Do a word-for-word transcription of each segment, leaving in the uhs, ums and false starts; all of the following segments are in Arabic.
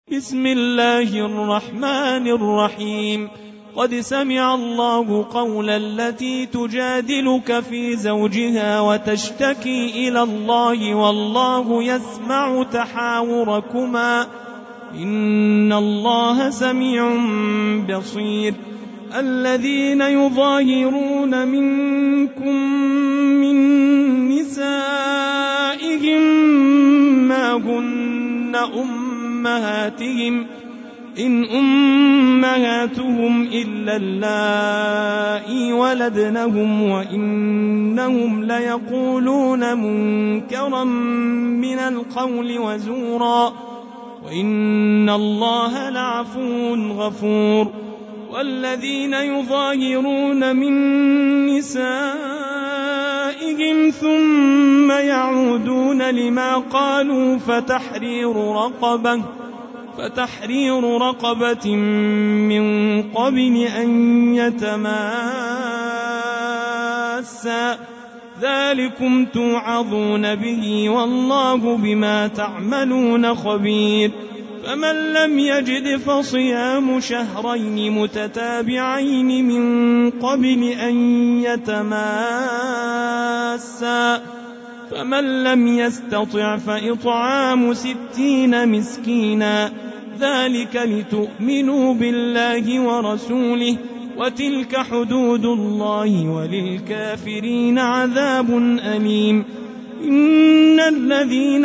بسم الله الرحمن الرحيم. قد سمع الله قول التي تجادلك في زوجها وتشتكي إلى الله والله يسمع تحاوركما إن الله سميع بصير. الذين يظاهرون منكم من نسائهم ما هن أمهاتهم إن أمهاتهم إلا اللائي ولدنهم وإنهم ليقولون منكرا من القول وزورا وإن الله لعفو غفور. والذين يظاهرون من نسائهم ثم يعودون لما قالوا فتحرير رقبة فتحرير رقبة من قبل أن يتماسا ذلكم توعظون به والله بما تعملون خبير. فمن لم يجد فصيام شهرين متتابعين من قبل أن يتماسا فمن لم يستطع فإطعام ستين مسكينا ذلك لتؤمنوا بالله ورسوله وتلك حدود الله وللكافرين عذاب أليم. إن الذين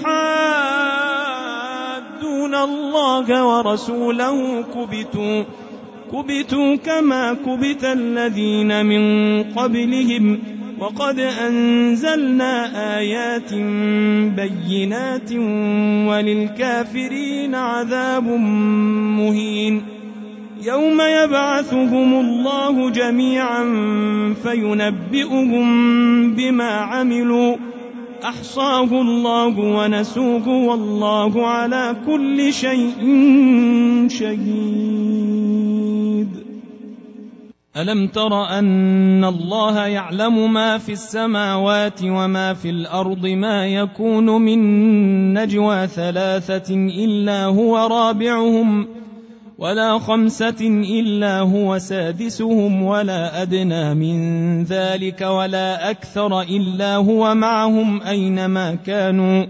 يحادون الله ورسوله كبتوا كبتوا كما كبت الذين من قبلهم وقد أنزلنا آيات بينات وللكافرين عذاب مهين. يوم يبعثهم الله جميعا فينبئهم بما عملوا أحصاه الله ونسوه والله على كل شيء شهيد. ألم تر أن الله يعلم ما في السماوات وما في الأرض ما يكون من نجوى ثلاثة إلا هو رابعهم ولا خمسة إلا هو سادسهم ولا أدنى من ذلك ولا أكثر إلا هو معهم أينما كانوا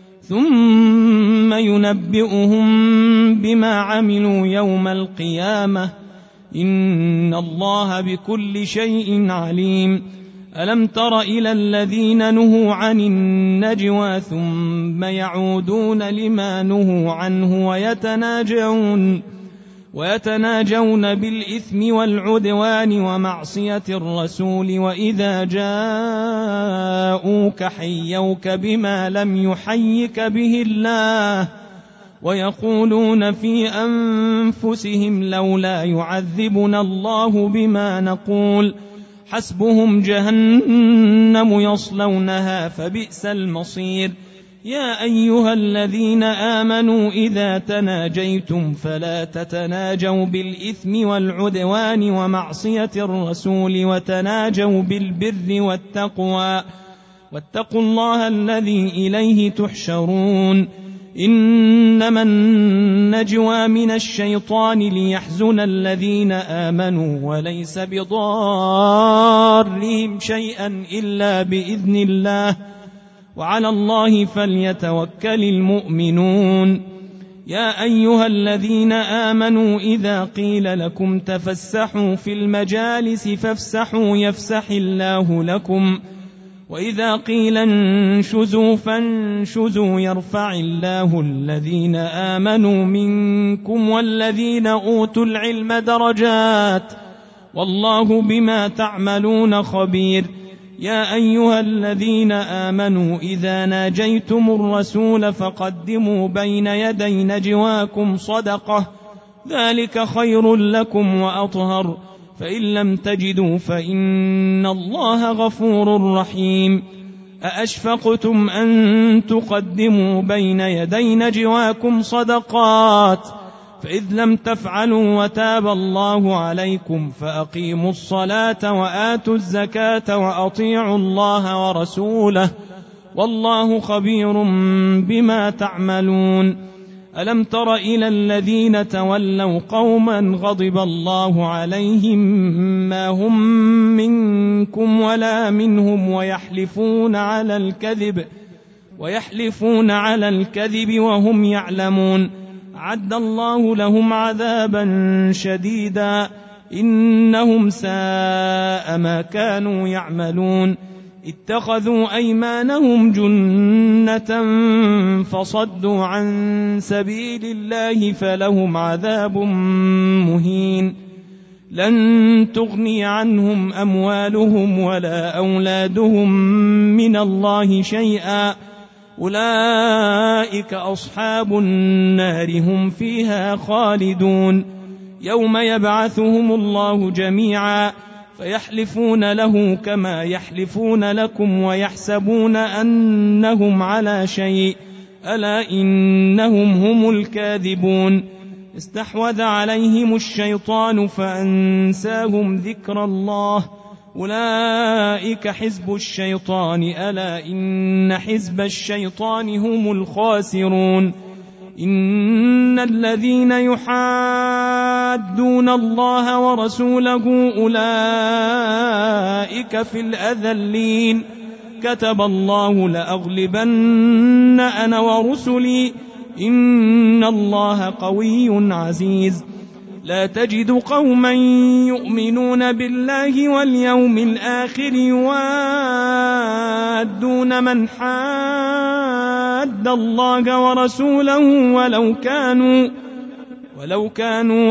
ثم ينبئهم بما عملوا يوم القيامة إن الله بكل شيء عليم. ألم تر إلى الذين نهوا عن النجوى ثم يعودون لما نهوا عنه ويتناجون ويتناجون بالإثم والعدوان ومعصية الرسول وإذا جاءوك حيوك بما لم يحيك به الله ويقولون في أنفسهم لولا يعذبنا الله بما نقول حسبهم جهنم يصلونها فبئس المصير. يا أيها الذين آمنوا إذا تناجيتم فلا تتناجوا بالإثم والعدوان ومعصية الرسول وتناجوا بالبر والتقوى واتقوا الله الذي إليه تحشرون. إنما النجوى من الشيطان ليحزن الذين آمنوا وليس بضارهم شيئا إلا بإذن الله وعلى الله فليتوكل المؤمنون. يا أيها الذين آمنوا إذا قيل لكم تفسحوا في المجالس فافسحوا يفسح الله لكم وإذا قيل انشزوا فانشزوا يرفع الله الذين آمنوا منكم والذين أوتوا العلم درجات والله بما تعملون خبير. يا أيها الذين آمنوا إذا ناجيتم الرسول فقدموا بين يدي نجواكم صدقة ذلك خير لكم وأطهر فإن لم تجدوا فإن الله غفور رحيم. أأشفقتم أن تقدموا بين يدي نجواكم صدقات فإذ لم تفعلوا وتاب الله عليكم فأقيموا الصلاة وآتوا الزكاة وأطيعوا الله ورسوله والله خبير بما تعملون. ألم تر إلى الذين تولوا قوما غضب الله عليهم ما هم منكم ولا منهم ويحلفون على الكذب ويحلفون على الكذب وهم يعلمون أعد الله لهم عذابا شديدا إنهم ساء ما كانوا يعملون اتخذوا أيمانهم جنة فصدوا عن سبيل الله فلهم عذاب مهين لن تغني عنهم أموالهم ولا أولادهم من الله شيئا أولئك أصحاب النار هم فيها خالدون يوم يبعثهم الله جميعا فيحلفون له كما يحلفون لكم ويحسبون أنهم على شيء ألا إنهم هم الكاذبون استحوذ عليهم الشيطان فأنساهم ذكر الله أولئك حزب الشيطان ألا إن حزب الشيطان هم الخاسرون إن الذين يحادون الله ورسوله أولئك في الأذلين كتب الله لأغلبن أنا ورسلي إن الله قوي عزيز لا تجد قوما يؤمنون بالله واليوم الآخر يوادون من حاد الله ورسوله ولو كانوا ولو كانوا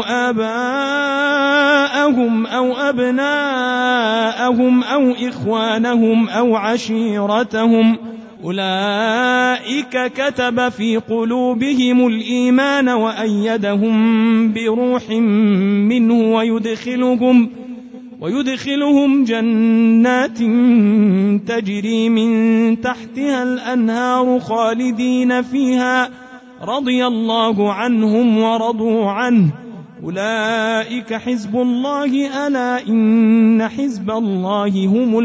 آباءهم أو أبناءهم أو إخوانهم أو عشيرتهم أولئك كتب في قلوبهم الإيمان وأيدهم بروح منه ويدخلهم ويدخلهم جنات تجري من تحتها الأنهار خالدين فيها رضي الله عنهم ورضوا عنه أولئك حزب الله ألا إن حزب الله هم